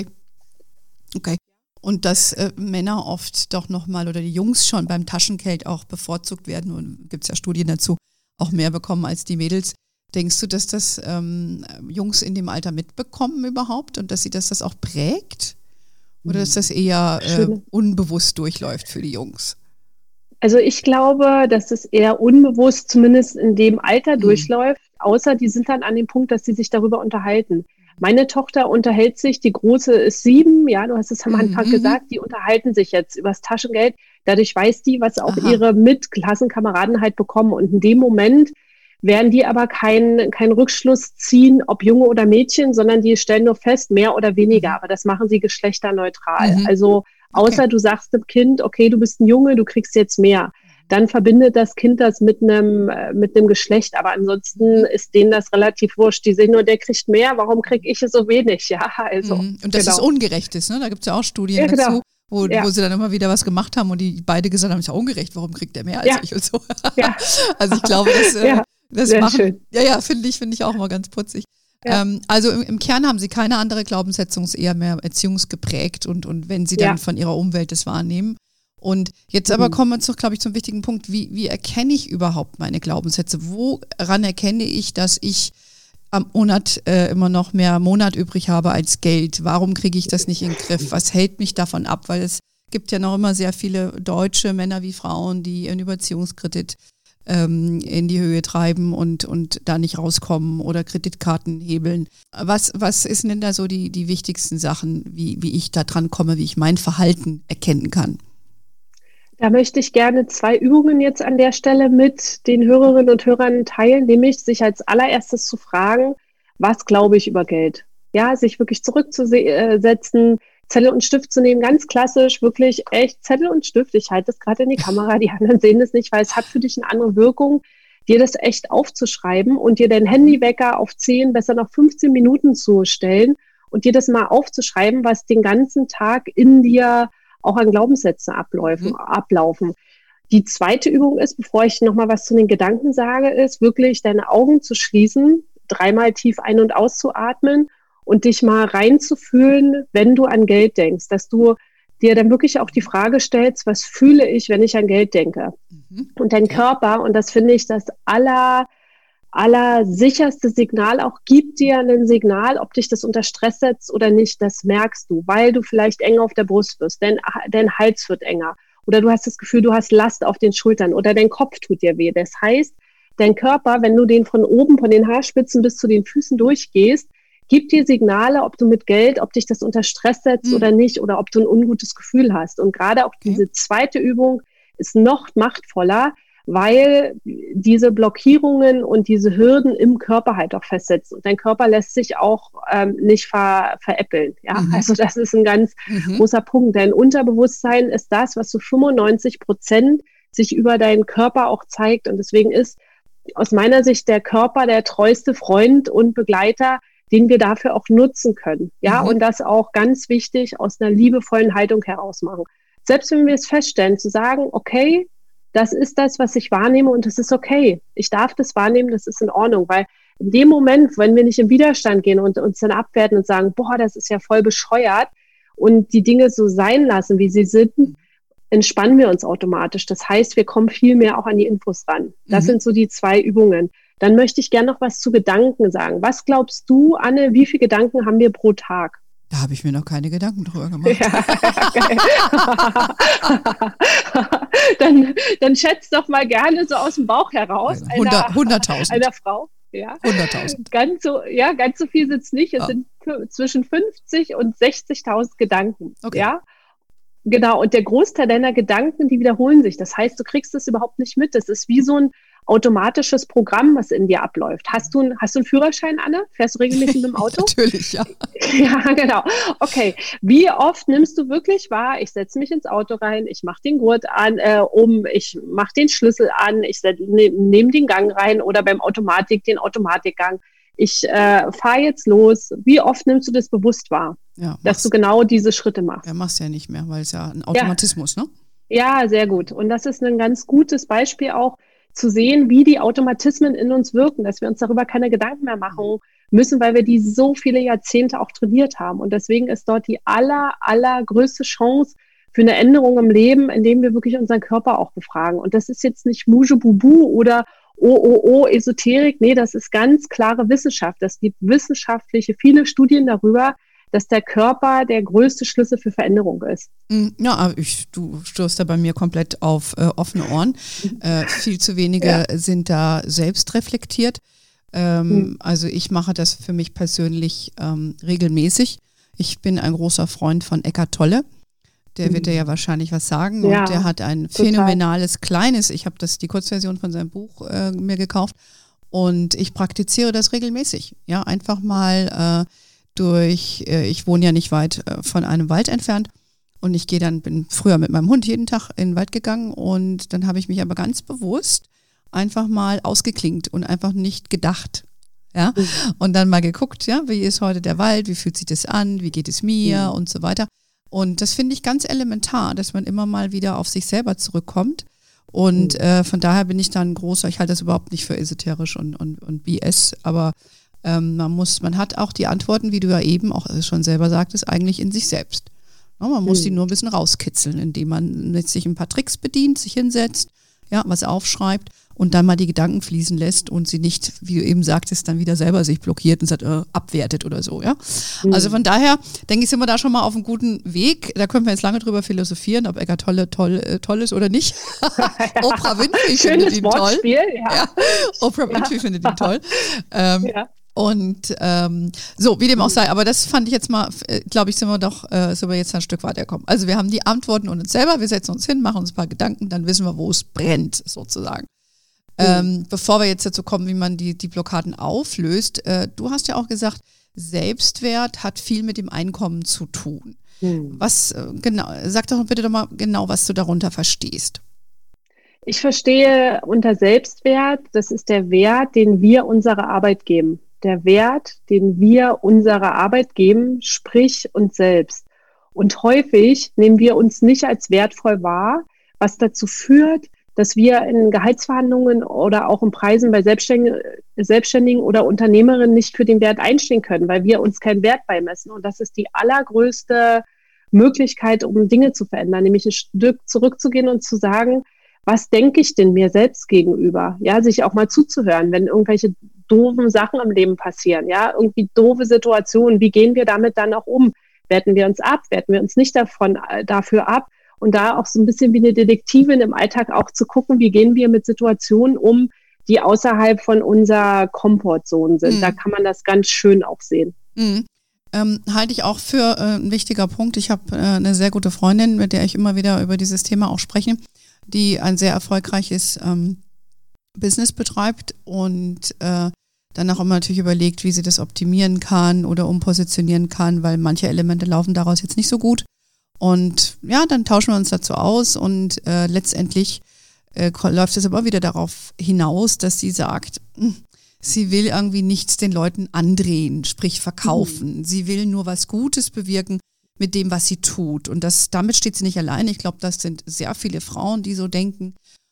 Okay. Und dass äh, Männer oft doch nochmal oder die Jungs schon beim Taschengeld auch bevorzugt werden, und gibt es ja Studien dazu, auch mehr bekommen als die Mädels. Denkst du, dass das ähm, Jungs in dem Alter mitbekommen überhaupt und dass sie dass das auch prägt? Oder dass das eher äh, unbewusst durchläuft für die Jungs? Also ich glaube, dass es eher unbewusst zumindest in dem Alter mhm. durchläuft, außer die sind dann an dem Punkt, dass sie sich darüber unterhalten. Meine Tochter unterhält sich, die Große ist sieben, ja, du hast es am Anfang mhm. gesagt, die unterhalten sich jetzt über das Taschengeld. Dadurch weiß die, was auch Aha. ihre Mitklassenkameraden halt bekommen. Und in dem Moment werden die aber keinen kein Rückschluss ziehen, ob Junge oder Mädchen, sondern die stellen nur fest, mehr oder weniger. Aber das machen sie geschlechterneutral. Mhm. Also außer okay. du sagst dem Kind, okay, du bist ein Junge, du kriegst jetzt mehr. Dann verbindet das Kind das mit einem mit einem Geschlecht. Aber ansonsten ist denen das relativ wurscht. Die sehen nur, der kriegt mehr, warum kriege ich so wenig? Ja, also. Mhm. Und das genau. ist ungerecht ist, ne? Da gibt es ja auch Studien ja, genau. dazu. Wo, ja. wo sie dann immer wieder was gemacht haben und die beide gesagt haben, ist ja ungerecht, warum kriegt der mehr als ja. ich und so. Ja. Also ich glaube, das, ja. das Sehr machen, schön. ja, ja, finde ich, finde ich auch immer ganz putzig. Ja. Ähm, also im, im Kern haben sie keine andere Glaubenssetzung, ist eher mehr erziehungsgeprägt und, und wenn sie dann ja. von ihrer Umwelt das wahrnehmen. Und jetzt aber mhm. kommen wir, glaube ich, zum wichtigen Punkt, wie, wie erkenne ich überhaupt meine Glaubenssätze? Woran erkenne ich, dass ich am Monat äh, immer noch mehr Monat übrig habe als Geld? Warum kriege ich das nicht in den Griff? Was hält mich davon ab? Weil es gibt ja noch immer sehr viele deutsche Männer wie Frauen, die ihren Überziehungskredit ähm, in die Höhe treiben und, und da nicht rauskommen oder Kreditkarten hebeln. Was, was ist denn da so die, die wichtigsten Sachen, wie, wie ich da dran komme, wie ich mein Verhalten erkennen kann? Da möchte ich gerne zwei Übungen jetzt an der Stelle mit den Hörerinnen und Hörern teilen, nämlich sich als allererstes zu fragen, was glaube ich über Geld? Ja, sich wirklich zurückzusetzen, Zettel und Stift zu nehmen, ganz klassisch, wirklich echt Zettel und Stift. Ich halte das gerade in die Kamera, die anderen sehen das nicht, weil es hat für dich eine andere Wirkung, dir das echt aufzuschreiben und dir deinen Handywecker auf zehn, besser noch fünfzehn Minuten zu stellen und dir das mal aufzuschreiben, was den ganzen Tag in dir auch an Glaubenssätzen ablaufen, mhm. ablaufen. Die zweite Übung ist, bevor ich nochmal was zu den Gedanken sage, ist wirklich deine Augen zu schließen, dreimal tief ein- und auszuatmen und dich mal reinzufühlen, wenn du an Geld denkst, dass du dir dann wirklich auch die Frage stellst, was fühle ich, wenn ich an Geld denke? Mhm. Und dein Körper, und das finde ich das aller aller sicherste Signal auch, gibt dir ein Signal, ob dich das unter Stress setzt oder nicht, das merkst du, weil du vielleicht enger auf der Brust wirst, dein, dein Hals wird enger oder du hast das Gefühl, du hast Last auf den Schultern oder dein Kopf tut dir weh. Das heißt, dein Körper, wenn du den von oben, von den Haarspitzen bis zu den Füßen durchgehst, gibt dir Signale, ob du mit Geld, ob dich das unter Stress setzt mhm. oder nicht oder ob du ein ungutes Gefühl hast. Und gerade auch okay. diese zweite Übung ist noch machtvoller, weil diese Blockierungen und diese Hürden im Körper halt auch festsetzen. Und dein Körper lässt sich auch ähm, nicht ver, veräppeln. Ja? Mhm. Also das ist ein ganz mhm. großer Punkt. Dein Unterbewusstsein ist das, was zu fünfundneunzig Prozent sich über deinen Körper auch zeigt. Und deswegen ist aus meiner Sicht der Körper der treueste Freund und Begleiter, den wir dafür auch nutzen können. Ja, Mhm. und das auch ganz wichtig aus einer liebevollen Haltung heraus machen. Selbst wenn wir es feststellen, zu sagen, okay, das ist das, was ich wahrnehme und das ist okay. Ich darf das wahrnehmen, das ist in Ordnung, weil in dem Moment, wenn wir nicht im Widerstand gehen und uns dann abwerten und sagen, boah, das ist ja voll bescheuert und die Dinge so sein lassen, wie sie sind, entspannen wir uns automatisch. Das heißt, wir kommen viel mehr auch an die Infos ran. Das Mhm. sind so die zwei Übungen. Dann möchte ich gerne noch was zu Gedanken sagen. Was glaubst du, Anne, wie viele Gedanken haben wir pro Tag? Da habe ich mir noch keine Gedanken drüber gemacht. Ja, geil. dann, dann schätzt doch mal gerne so aus dem Bauch heraus. hundert, hunderttausend. Einer Frau. Ja. hunderttausend. Ganz so, ja, ganz so viel sind es nicht. Es Ja. sind f- zwischen fünfzig und sechzigtausend Gedanken. Okay. Ja. Genau, und der Großteil deiner Gedanken, die wiederholen sich. Das heißt, du kriegst es überhaupt nicht mit. Das ist wie so ein automatisches Programm, was in dir abläuft. Hast du, ein- hast du einen Führerschein, Anne? Fährst du regelmäßig mit dem Auto? Natürlich, ja. Ja, genau. Okay. Wie oft nimmst du wirklich wahr, ich setze mich ins Auto rein, ich mache den Gurt an, äh, um, ich mache den Schlüssel an, ich nehme nehm den Gang rein oder beim Automatik den Automatikgang. Ich äh, fahre jetzt los. Wie oft nimmst du das bewusst wahr, Ja, dass machst, du genau diese Schritte machst? ja, machst ja nicht mehr, weil es ja ein Automatismus, ne? Ja, sehr gut. Und das ist ein ganz gutes Beispiel auch, zu sehen, wie die Automatismen in uns wirken, dass wir uns darüber keine Gedanken mehr machen müssen, weil wir die so viele Jahrzehnte auch trainiert haben. Und deswegen ist dort die aller, allergrößte Chance für eine Änderung im Leben, indem wir wirklich unseren Körper auch befragen. Und das ist jetzt nicht Mujebubu oder Oh, oh, oh, Esoterik. Nee, das ist ganz klare Wissenschaft. Es gibt wissenschaftliche, viele Studien darüber, dass der Körper der größte Schlüssel für Veränderung ist. Ja, aber ich, du stößt da bei mir komplett auf äh, offene Ohren. Äh, viel zu wenige Ja. sind da selbst reflektiert. Ähm, Hm. Also ich mache das für mich persönlich ähm, regelmäßig. Ich bin ein großer Freund von Eckhart Tolle. Der wird dir ja wahrscheinlich was sagen. Ja, und der hat ein total. phänomenales kleines, ich habe das die Kurzversion von seinem Buch äh, mir gekauft und ich praktiziere das regelmäßig. Ja, einfach mal äh, durch, äh, ich wohne ja nicht weit äh, von einem Wald entfernt und ich gehe dann, bin früher mit meinem Hund jeden Tag in den Wald gegangen und dann habe ich mich aber ganz bewusst einfach mal ausgeklingt und einfach nicht gedacht. Ja, Mhm. und dann mal geguckt, ja, wie ist heute der Wald, wie fühlt sich das an, wie geht es mir Mhm. und so weiter. Und das finde ich ganz elementar, dass man immer mal wieder auf sich selber zurückkommt. Und Mhm. äh, von daher bin ich dann großer, ich halte das überhaupt nicht für esoterisch und, und, und B S, aber ähm, man muss, man hat auch die Antworten, wie du ja eben auch schon selber sagtest, eigentlich in sich selbst. Ja, man muss Mhm. die nur ein bisschen rauskitzeln, indem man jetzt sich ein paar Tricks bedient, sich hinsetzt, ja, was aufschreibt und dann mal die Gedanken fließen lässt und sie nicht, wie du eben sagtest, dann wieder selber sich blockiert und sagt, äh, abwertet oder so, ja. Mhm. Also von daher, denke ich, sind wir da schon mal auf einem guten Weg. Da können wir jetzt lange drüber philosophieren, ob Eckart Tolle toll, äh, toll ist oder nicht. Oprah Winfrey findet Schönes ihn toll. Wortspiel, ja. Ja, Oprah Winfrey findet ihn toll. Ähm, Ja. Und ähm, so, wie dem auch sei, aber das fand ich jetzt mal, äh, glaube ich, sind wir doch, äh, sind wir jetzt ein Stück weitergekommen. Also wir haben die Antworten und uns selber, wir setzen uns hin, machen uns ein paar Gedanken, dann wissen wir, wo es brennt, sozusagen. Mhm. Ähm, bevor wir jetzt dazu kommen, wie man die, die Blockaden auflöst, äh, du hast ja auch gesagt, Selbstwert hat viel mit dem Einkommen zu tun. Mhm. Was, äh, genau, sag doch bitte doch mal genau, was du darunter verstehst. Ich verstehe unter Selbstwert, das ist der Wert, den wir unserer Arbeit geben. Der Wert, den wir unserer Arbeit geben, sprich uns selbst. Und häufig nehmen wir uns nicht als wertvoll wahr, was dazu führt, dass wir in Gehaltsverhandlungen oder auch in Preisen bei Selbstständigen, Selbstständigen oder Unternehmerinnen nicht für den Wert einstehen können, weil wir uns keinen Wert beimessen. Und das ist die allergrößte Möglichkeit, um Dinge zu verändern, nämlich ein Stück zurückzugehen und zu sagen, was denke ich denn mir selbst gegenüber? Ja, sich auch mal zuzuhören, wenn irgendwelche doofen Sachen im Leben passieren, ja, irgendwie doofe Situationen, wie gehen wir damit dann auch um? Werten wir uns ab, werten wir uns nicht davon, dafür ab? Und da auch so ein bisschen wie eine Detektivin im Alltag auch zu gucken, wie gehen wir mit Situationen um, die außerhalb von unserer Komfortzone sind. Mhm. Da kann man das ganz schön auch sehen. Mhm. Ähm, halte ich auch für äh, ein wichtiger Punkt. Ich habe äh, eine sehr gute Freundin, mit der ich immer wieder über dieses Thema auch spreche, die ein sehr erfolgreiches ähm, Business betreibt und äh, dann auch immer natürlich überlegt, wie sie das optimieren kann oder umpositionieren kann, weil manche Elemente laufen daraus jetzt nicht so gut. Und ja, dann tauschen wir uns dazu aus und äh, letztendlich äh, läuft es aber wieder darauf hinaus, dass sie sagt, Sie will irgendwie nichts den Leuten andrehen, sprich verkaufen. Mhm. Sie will nur was Gutes bewirken mit dem, was sie tut. Und das, damit steht sie nicht allein. Ich glaube, das sind sehr viele Frauen, die so denken.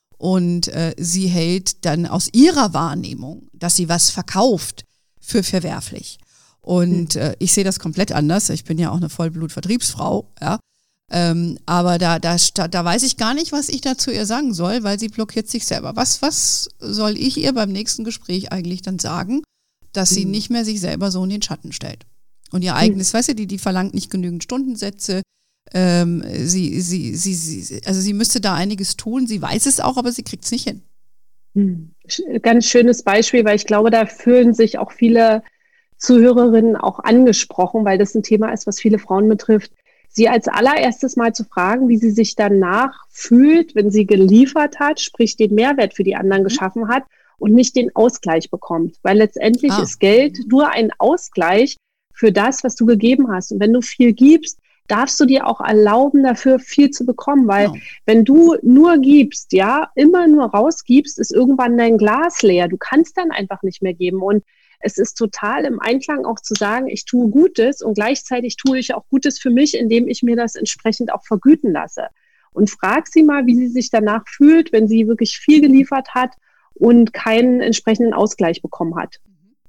Und äh, sie hält dann aus ihrer Wahrnehmung, dass sie was verkauft, für verwerflich. Und äh, ich sehe das komplett anders. Ich bin ja auch eine Vollblut-Vertriebsfrau, ja. Ähm, aber da, da, da weiß ich gar nicht, was ich dazu ihr sagen soll, weil sie blockiert sich selber. Was, was soll ich ihr beim nächsten Gespräch eigentlich dann sagen, dass sie mhm. nicht mehr sich selber so in den Schatten stellt? Und ihr eigenes, mhm. weißt du, die, die verlangt nicht genügend Stundensätze. Ähm, sie, sie, sie, sie, also sie müsste da einiges tun. Sie weiß es auch, aber sie kriegt es nicht hin. Mhm. Ganz schönes Beispiel, weil ich glaube, da fühlen sich auch viele Zuhörerinnen auch angesprochen, weil das ein Thema ist, was viele Frauen betrifft. Sie als allererstes mal zu fragen, wie sie sich danach fühlt, wenn sie geliefert hat, sprich den Mehrwert für die anderen geschaffen hat und nicht den Ausgleich bekommt. Weil letztendlich ah. ist Geld nur ein Ausgleich für das, was du gegeben hast. Und wenn du viel gibst, darfst du dir auch erlauben, dafür viel zu bekommen. Weil ja. wenn du nur gibst, ja, immer nur rausgibst, ist irgendwann dein Glas leer. Du kannst dann einfach nicht mehr geben. Und es ist total im Einklang auch zu sagen, ich tue Gutes und gleichzeitig tue ich auch Gutes für mich, indem ich mir das entsprechend auch vergüten lasse. Und frag sie mal, wie sie sich danach fühlt, wenn sie wirklich viel geliefert hat und keinen entsprechenden Ausgleich bekommen hat.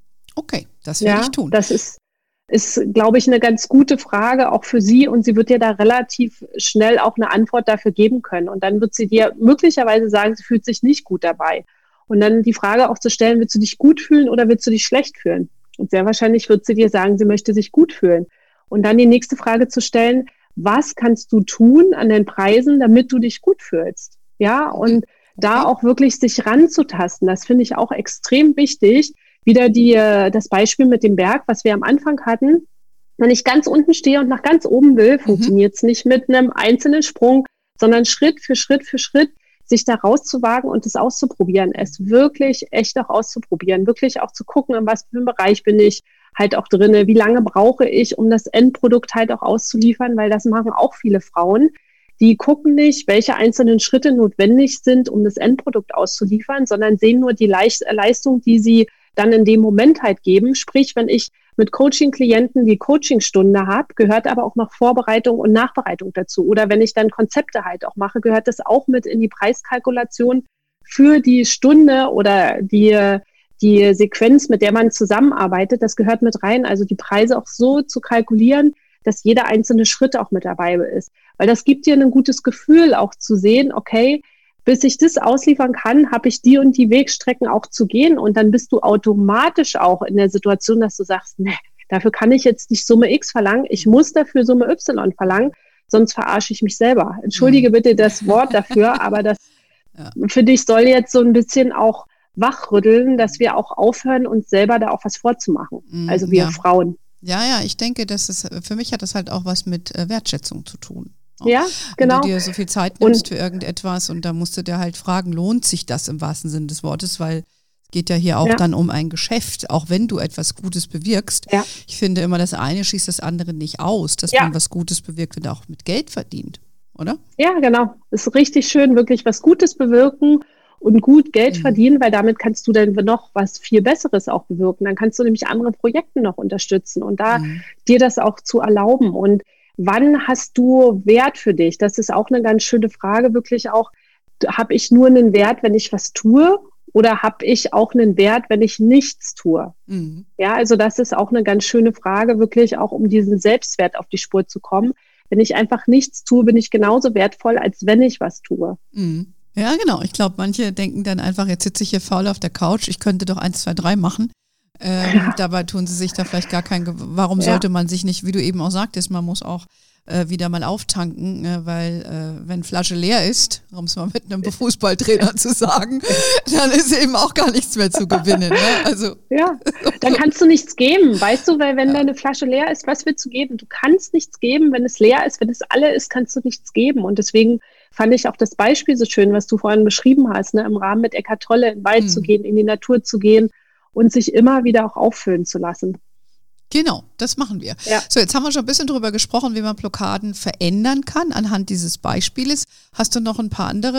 Okay, das werde ja, ich tun. Das ist, ist, glaube ich, eine ganz gute Frage auch für sie und sie wird dir da relativ schnell auch eine Antwort dafür geben können. Und dann wird sie dir möglicherweise sagen, sie fühlt sich nicht gut dabei. Und dann die Frage auch zu stellen, willst du dich gut fühlen oder willst du dich schlecht fühlen? Und sehr wahrscheinlich wird sie dir sagen, sie möchte sich gut fühlen. Und dann die nächste Frage zu stellen, was kannst du tun an den Preisen, damit du dich gut fühlst? Ja, und okay. da auch wirklich sich ranzutasten, das finde ich auch extrem wichtig. Wieder die, das Beispiel mit dem Berg, was wir am Anfang hatten. Wenn ich ganz unten stehe und nach ganz oben will, funktioniert es mhm. nicht mit einem einzelnen Sprung, sondern Schritt für Schritt für Schritt sich da rauszuwagen und es auszuprobieren, es wirklich echt auch auszuprobieren, wirklich auch zu gucken, in was für einem Bereich bin ich halt auch drinne, wie lange brauche ich, um das Endprodukt halt auch auszuliefern, weil das machen auch viele Frauen, die gucken nicht, welche einzelnen Schritte notwendig sind, um das Endprodukt auszuliefern, sondern sehen nur die Leicht- Leistung, die sie dann in dem Moment halt geben. Sprich, wenn ich mit Coaching-Klienten die Coachingstunde habe, gehört aber auch noch Vorbereitung und Nachbereitung dazu. Oder wenn ich dann Konzepte halt auch mache, gehört das auch mit in die Preiskalkulation für die Stunde oder die, die Sequenz, mit der man zusammenarbeitet. Das gehört mit rein. Also die Preise auch so zu kalkulieren, dass jeder einzelne Schritt auch mit dabei ist. Weil das gibt dir ein gutes Gefühl auch zu sehen, okay, bis ich das ausliefern kann, habe ich die und die Wegstrecken auch zu gehen. Und dann bist du automatisch auch in der Situation, dass du sagst, nee, dafür kann ich jetzt nicht Summe X verlangen. Ich muss dafür Summe Y verlangen, sonst verarsche ich mich selber. Entschuldige bitte das Wort dafür, aber das, ja. finde ich, soll jetzt so ein bisschen auch wachrütteln, dass wir auch aufhören, uns selber da auch was vorzumachen. Also wir ja. Frauen. Ja, ja, ich denke, das ist, für mich hat das halt auch was mit Wertschätzung zu tun. Ja, genau. Wenn du dir so viel Zeit nimmst und, für irgendetwas und da musst du dir halt fragen, lohnt sich das im wahrsten Sinne des Wortes, weil es geht ja hier auch ja. dann um ein Geschäft, auch wenn du etwas Gutes bewirkst. Ja. Ich finde immer, das eine schließt das andere nicht aus, dass ja. man was Gutes bewirkt und auch mit Geld verdient, oder? Ja, genau. Es ist richtig schön, wirklich was Gutes bewirken und gut Geld mhm. verdienen, weil damit kannst du dann noch was viel Besseres auch bewirken. Dann kannst du nämlich andere Projekte noch unterstützen und da mhm. dir das auch zu erlauben. Und wann hast du Wert für dich? Das ist auch eine ganz schöne Frage, wirklich auch, habe ich nur einen Wert, wenn ich was tue oder habe ich auch einen Wert, wenn ich nichts tue? Mhm. Ja, also das ist auch eine ganz schöne Frage, wirklich auch um diesen Selbstwert auf die Spur zu kommen. Wenn ich einfach nichts tue, bin ich genauso wertvoll, als wenn ich was tue. Mhm. Ja, genau. Ich glaube, manche denken dann einfach, jetzt sitze ich hier faul auf der Couch, ich könnte doch eins, zwei, drei machen. Ähm, ja. Dabei tun sie sich da vielleicht gar kein, Ge- warum ja. sollte man sich nicht, wie du eben auch sagtest, man muss auch äh, wieder mal auftanken, äh, weil äh, wenn Flasche leer ist, um es mal mit einem Fußballtrainer zu sagen, dann ist eben auch gar nichts mehr zu gewinnen. Ne? Also, ja, dann kannst du nichts geben, weißt du, weil wenn ja. deine Flasche leer ist, was willst du geben? Du kannst nichts geben, wenn es leer ist, wenn es alle ist, kannst du nichts geben und deswegen fand ich auch das Beispiel so schön, was du vorhin beschrieben hast, ne? Im Rahmen mit Eckhart Tolle in den Wald mhm. zu gehen, in die Natur zu gehen und sich immer wieder auch auffüllen zu lassen. Genau, das machen wir. Ja. So, jetzt haben wir schon ein bisschen drüber gesprochen, wie man Blockaden verändern kann anhand dieses Beispieles. Hast du noch ein paar andere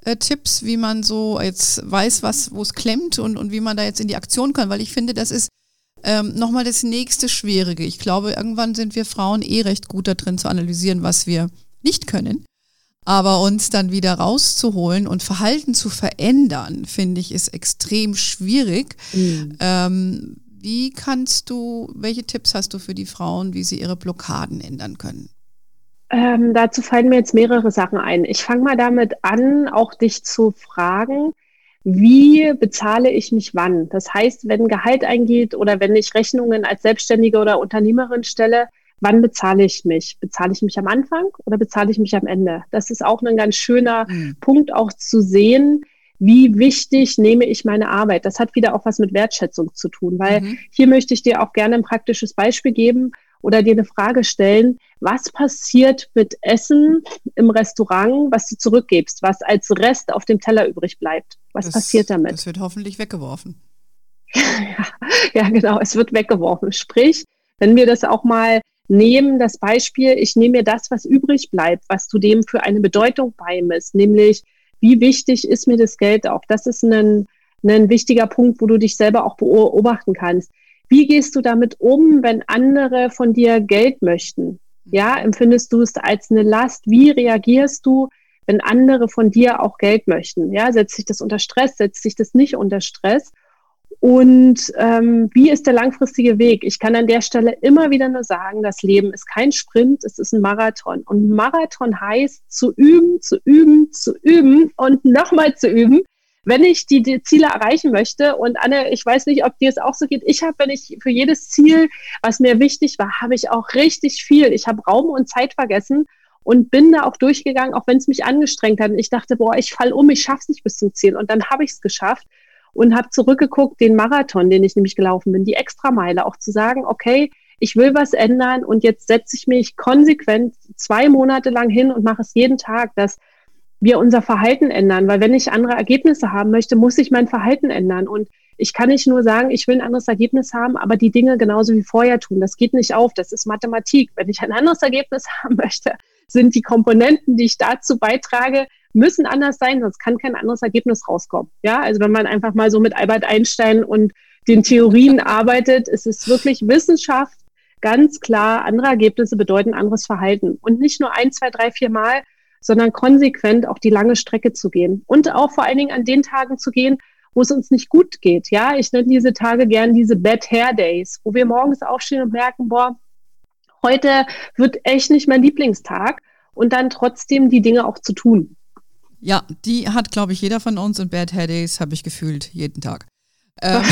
äh, Tipps, wie man so jetzt weiß, was, wo es klemmt und, und wie man da jetzt in die Aktion kann? Weil ich finde, das ist ähm, nochmal das nächste Schwierige. Ich glaube, irgendwann sind wir Frauen eh recht gut da drin zu analysieren, was wir nicht können. Aber uns dann wieder rauszuholen und Verhalten zu verändern, finde ich, ist extrem schwierig. Mhm. Ähm, wie kannst du, welche Tipps hast du für die Frauen, wie sie ihre Blockaden ändern können? Ähm, dazu fallen mir jetzt mehrere Sachen ein. Ich fange mal damit an, auch dich zu fragen, wie bezahle ich mich wann? Das heißt, wenn Gehalt eingeht oder wenn ich Rechnungen als Selbstständige oder Unternehmerin stelle, wann bezahle ich mich? Bezahle ich mich am Anfang oder bezahle ich mich am Ende? Das ist auch ein ganz schöner mhm. Punkt, auch zu sehen, wie wichtig nehme ich meine Arbeit. Das hat wieder auch was mit Wertschätzung zu tun, weil mhm. hier möchte ich dir auch gerne ein praktisches Beispiel geben oder dir eine Frage stellen, was passiert mit Essen im Restaurant, was du zurückgibst, was als Rest auf dem Teller übrig bleibt? Was das, passiert damit? Das wird hoffentlich weggeworfen. ja, ja, genau, es wird weggeworfen. Sprich, wenn wir das auch mal nehmen, das Beispiel, ich nehme mir das, was übrig bleibt, was du dem für eine Bedeutung beimisst, nämlich wie wichtig ist mir das Geld auch? Das ist ein, ein wichtiger Punkt, wo du dich selber auch beobachten kannst. Wie gehst du damit um, wenn andere von dir Geld möchten? Ja, empfindest du es als eine Last? Wie reagierst du, wenn andere von dir auch Geld möchten? Ja, setzt sich das unter Stress? Setzt sich das nicht unter Stress? Und ähm, wie ist der langfristige Weg? Ich kann an der Stelle immer wieder nur sagen, das Leben ist kein Sprint, es ist ein Marathon. Und Marathon heißt zu üben, zu üben, zu üben und nochmal zu üben, wenn ich die, die Ziele erreichen möchte. Und Anne, ich weiß nicht, ob dir es auch so geht. Ich habe, wenn ich für jedes Ziel, was mir wichtig war, habe ich auch richtig viel. Ich habe Raum und Zeit vergessen und bin da auch durchgegangen, auch wenn es mich angestrengt hat. Und ich dachte, boah, ich falle um, ich schaffe es nicht bis zum Ziel. Und dann habe ich es geschafft. Und habe zurückgeguckt, den Marathon, den ich nämlich gelaufen bin, die Extrameile, auch zu sagen, okay, ich will was ändern und jetzt setze ich mich konsequent zwei Monate lang hin und mache es jeden Tag, dass wir unser Verhalten ändern, weil wenn ich andere Ergebnisse haben möchte, muss ich mein Verhalten ändern und ich kann nicht nur sagen, ich will ein anderes Ergebnis haben, aber die Dinge genauso wie vorher tun, das geht nicht auf, das ist Mathematik. Wenn ich ein anderes Ergebnis haben möchte, sind die Komponenten, die ich dazu beitrage, müssen anders sein, sonst kann kein anderes Ergebnis rauskommen. Ja, also wenn man einfach mal so mit Albert Einstein und den Theorien arbeitet, ist es wirklich Wissenschaft, ganz klar, andere Ergebnisse bedeuten anderes Verhalten. Und nicht nur ein, zwei, drei, vier Mal, sondern konsequent auch die lange Strecke zu gehen. Und auch vor allen Dingen an den Tagen zu gehen, wo es uns nicht gut geht. Ja, ich nenne diese Tage gern diese Bad Hair Days, wo wir morgens aufstehen und merken, boah, heute wird echt nicht mein Lieblingstag und dann trotzdem die Dinge auch zu tun. Ja, die hat, glaube ich, jeder von uns und Bad Hair Days habe ich gefühlt jeden Tag. Ähm,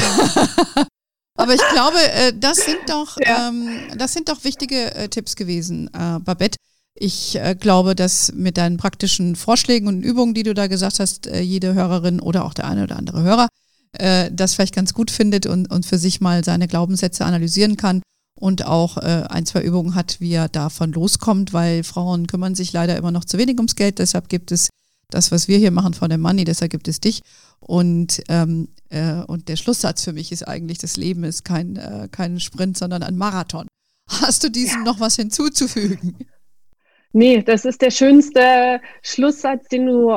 aber ich glaube, äh, das sind doch, ja. ähm, das sind doch wichtige äh, Tipps gewesen, äh, Babette. Ich äh, glaube, dass mit deinen praktischen Vorschlägen und Übungen, die du da gesagt hast, äh, jede Hörerin oder auch der eine oder andere Hörer äh, das vielleicht ganz gut findet und, und für sich mal seine Glaubenssätze analysieren kann und auch äh, ein, zwei Übungen hat, wie er davon loskommt, weil Frauen kümmern sich leider immer noch zu wenig ums Geld, deshalb gibt es das, was wir hier machen von der Money, deshalb gibt es dich. Und, ähm, äh, und der Schlusssatz für mich ist eigentlich, das Leben ist kein, äh, kein Sprint, sondern ein Marathon. Hast du diesem ja. noch was hinzuzufügen? Nee, das ist der schönste Schlusssatz, den du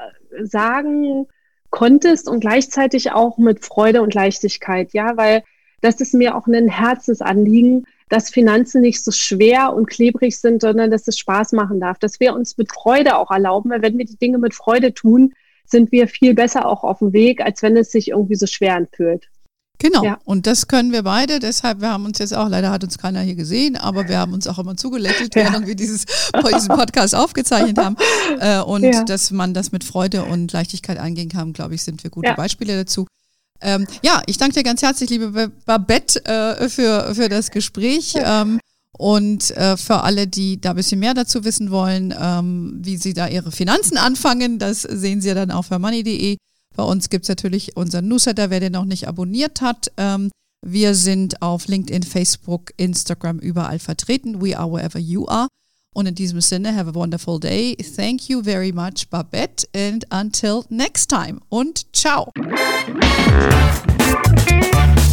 sagen konntest und gleichzeitig auch mit Freude und Leichtigkeit. Ja, weil das ist mir auch ein Herzensanliegen, dass Finanzen nicht so schwer und klebrig sind, sondern dass es Spaß machen darf, dass wir uns mit Freude auch erlauben, weil wenn wir die Dinge mit Freude tun, sind wir viel besser auch auf dem Weg, als wenn es sich irgendwie so schwer anfühlt. Genau, ja. Und das können wir beide, deshalb, wir haben uns jetzt auch, leider hat uns keiner hier gesehen, aber wir haben uns auch immer zugelächelt, während ja. wir dieses, diesen Podcast aufgezeichnet haben äh, und ja. dass man das mit Freude und Leichtigkeit angehen kann, glaube ich, sind wir gute ja. Beispiele dazu. Ähm, ja, ich danke dir ganz herzlich, liebe Babette, äh, für, für das Gespräch ja. ähm, und äh, für alle, die da ein bisschen mehr dazu wissen wollen, ähm, wie sie da ihre Finanzen anfangen, das sehen Sie ja dann auf hermoney punkt de. Bei uns gibt es natürlich unseren Newsletter, wer den noch nicht abonniert hat. Ähm, wir sind auf LinkedIn, Facebook, Instagram überall vertreten. We are wherever you are. Und in diesem Sinne, have a wonderful day. Thank you very much, Babette. And until next time. Und ciao.